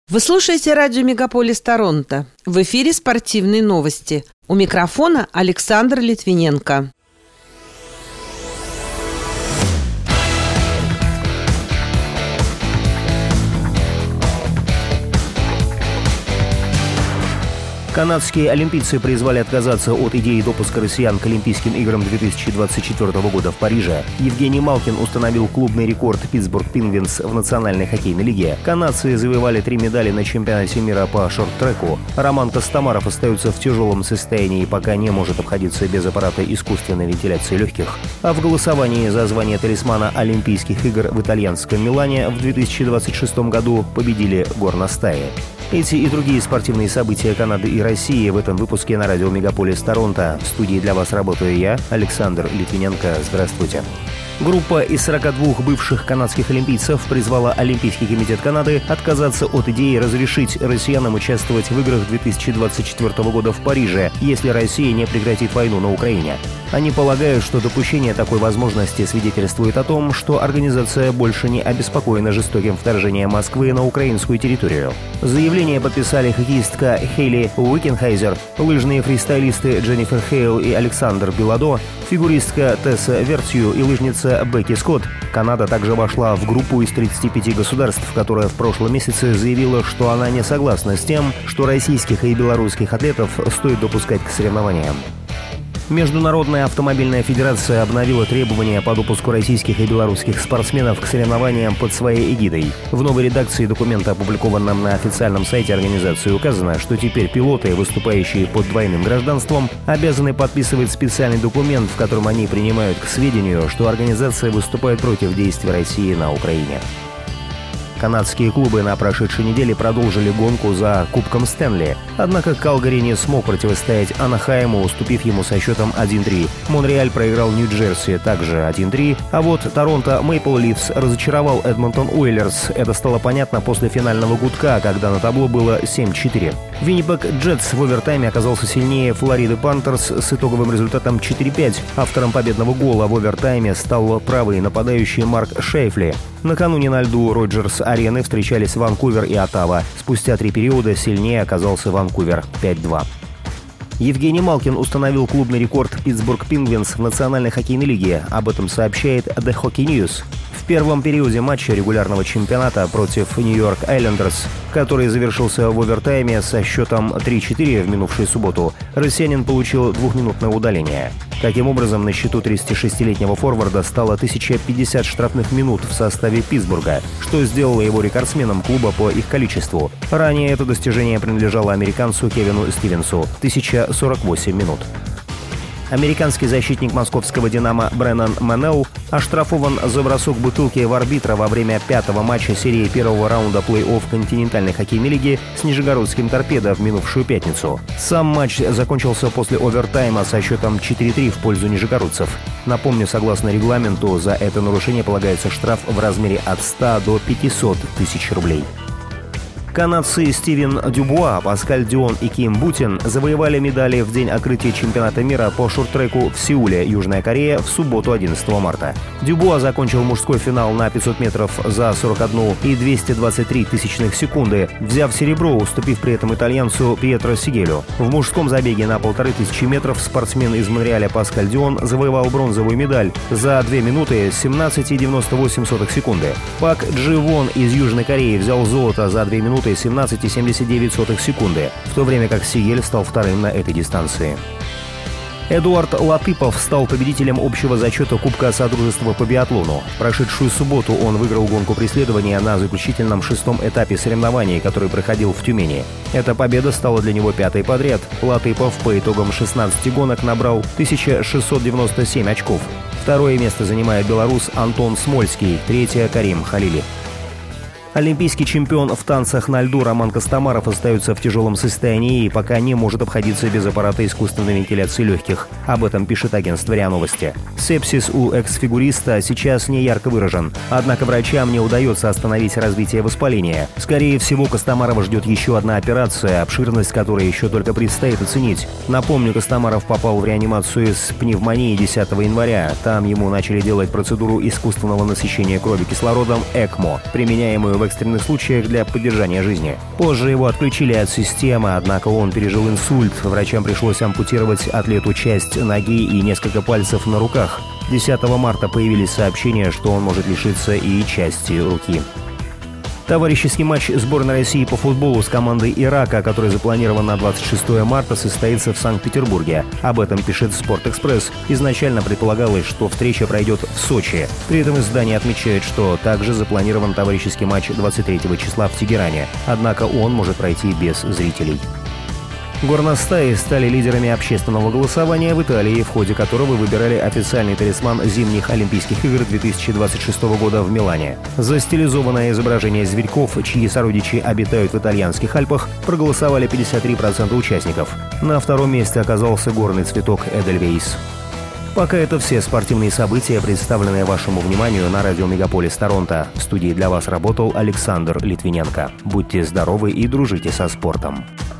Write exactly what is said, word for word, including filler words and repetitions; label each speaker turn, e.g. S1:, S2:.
S1: Вы слушаете радио «Мегаполис Торонто». В эфире спортивные новости. У микрофона Александр Литвиненко.
S2: Канадские олимпийцы призвали отказаться от идеи допуска россиян к Олимпийским играм две тысячи двадцать четвёртого года в Париже. Евгений Малкин установил клубный рекорд Питтсбург Пингвинс в Национальной хоккейной лиге. Канадцы завоевали три медали на чемпионате мира по шорт-треку. Роман Костомаров остается в тяжелом состоянии и пока не может обходиться без аппарата искусственной вентиляции легких. А в голосовании за звание талисмана Олимпийских игр в итальянском Милане в две тысячи двадцать шестом году победили горностаи. Эти и другие спортивные события Канады и России в этом выпуске на радио «Мегаполис Торонто». В студии для вас работаю я, Александр Литвиненко. Здравствуйте. Группа из сорока двух бывших канадских олимпийцев призвала Олимпийский комитет Канады отказаться от идеи разрешить россиянам участвовать в играх две тысячи двадцать четвёртого года в Париже, если Россия не прекратит войну на Украине. Они полагают, что допущение такой возможности свидетельствует о том, что организация больше не обеспокоена жестоким вторжением Москвы на украинскую территорию. Заявление подписали хоккеистка Хейли Уикенхайзер, лыжные фристайлисты Дженнифер Хейл и Александр Беладо, фигуристка Тесса Вертью и лыжница Бекки Скотт. Канада также вошла в группу из тридцати пяти государств, которая в прошлом месяце заявила, что она не согласна с тем, что российских и белорусских атлетов стоит допускать к соревнованиям. Международная автомобильная федерация обновила требования по допуску российских и белорусских спортсменов к соревнованиям под своей эгидой. В новой редакции документа, опубликованном на официальном сайте организации, указано, что теперь пилоты, выступающие под двойным гражданством, обязаны подписывать специальный документ, в котором они принимают к сведению, что организация выступает против действий России на Украине. Канадские клубы на прошедшей неделе продолжили гонку за Кубком Стэнли. Однако Калгари не смог противостоять Анахайму, уступив ему со счетом один три. Монреаль проиграл Нью-Джерси, также один три. А вот Торонто Мэйпл Лифс разочаровал Эдмонтон Уойлерс. Это стало понятно после финального гудка, когда на табло было семь четыре. Виннипег Джетс в овертайме оказался сильнее Флориды Пантерс с итоговым результатом четыре пять. Автором победного гола в овертайме стал правый нападающий Марк Шейфли. Накануне на льду Роджерс-арены встречались Ванкувер и Оттава. Спустя три периода сильнее оказался Ванкувер пять два. Евгений Малкин установил клубный рекорд Питтсбург Пингвинс в Национальной хоккейной лиге. Об этом сообщает The Hockey News. В первом периоде матча регулярного чемпионата против Нью-Йорк Айлендерс, который завершился в овертайме со счетом три четыре в минувшую субботу, россиянин получил двухминутное удаление. Таким образом, на счету тридцатишестилетнего форварда стало тысяча пятьдесят штрафных минут в составе Питтсбурга, что сделало его рекордсменом клуба по их количеству. Ранее это достижение принадлежало американцу Кевину Стивенсу – тысяча сорок восемь минут. Американский защитник московского «Динамо» Бреннан Меннелл оштрафован за бросок бутылки в арбитра во время пятого матча серии первого раунда плей-офф континентальной хоккейной лиги с нижегородским «Торпедо» в минувшую пятницу. Сам матч закончился после овертайма со счетом четыре три в пользу нижегородцев. Напомню, согласно регламенту, за это нарушение полагается штраф в размере от ста до пятисот тысяч рублей. Канадцы Стивен Дюбуа, Паскаль Дион и Ким Бутин завоевали медали в день открытия чемпионата мира по шорт-треку в Сеуле, Южная Корея, в субботу одиннадцатого марта. Дюбуа закончил мужской финал на пятьсот метров за сорок одну и двести двадцать три тысячных секунды, взяв серебро, уступив при этом итальянцу Пьетро Сигелю. В мужском забеге на полторы тысячи метров спортсмен из Монреаля Паскаль Дион завоевал бронзовую медаль за две минуты семнадцать и девяносто восемь сотых секунды. Пак Джи Вон из Южной Кореи взял золото за две минуты семнадцать и семьдесят девять сотых секунды, в то время как Сигель стал вторым на этой дистанции. Эдуард Латыпов стал победителем общего зачета Кубка Содружества по биатлону. В прошедшую субботу он выиграл гонку преследования на заключительном шестом этапе соревнований, который проходил в Тюмени. Эта победа стала для него пятой подряд. Латыпов по итогам шестнадцати гонок набрал тысячу шестьсот девяносто семь очков. Второе место занимает белорус Антон Смольский, третье – Карим Халили. Олимпийский чемпион в танцах на льду Роман Костомаров остается в тяжелом состоянии и пока не может обходиться без аппарата искусственной вентиляции легких. Об этом пишет агентство РИА Новости. Сепсис у экс-фигуриста сейчас не ярко выражен. Однако врачам не удается остановить развитие воспаления. Скорее всего, Костомарова ждет еще одна операция, обширность которой еще только предстоит оценить. Напомню, Костомаров попал в реанимацию с пневмонией десятого января. Там ему начали делать процедуру искусственного насыщения крови кислородом ЭКМО, применяемую в экстренных случаях для поддержания жизни. Позже его отключили от системы, однако он пережил инсульт. Врачам пришлось ампутировать атлету часть ноги и несколько пальцев на руках. десятого марта появились сообщения, что он может лишиться и части руки. Товарищеский матч сборной России по футболу с командой Ирака, который запланирован на двадцать шестое марта, состоится в Санкт-Петербурге. Об этом пишет «Спортэкспресс». Изначально предполагалось, что встреча пройдет в Сочи. При этом издание отмечает, что также запланирован товарищеский матч двадцать третьего числа в Тегеране. Однако он может пройти без зрителей. Горностаи стали лидерами общественного голосования в Италии, в ходе которого выбирали официальный талисман зимних Олимпийских игр две тысячи двадцать шестого года в Милане. За стилизованное изображение зверьков, чьи сородичи обитают в итальянских Альпах, проголосовали пятьдесят три процента участников. На втором месте оказался горный цветок Эдельвейс. Пока это все спортивные события, представленные вашему вниманию на радио Мегаполис Торонто. В студии для вас работал Александр Литвиненко. Будьте здоровы и дружите со спортом.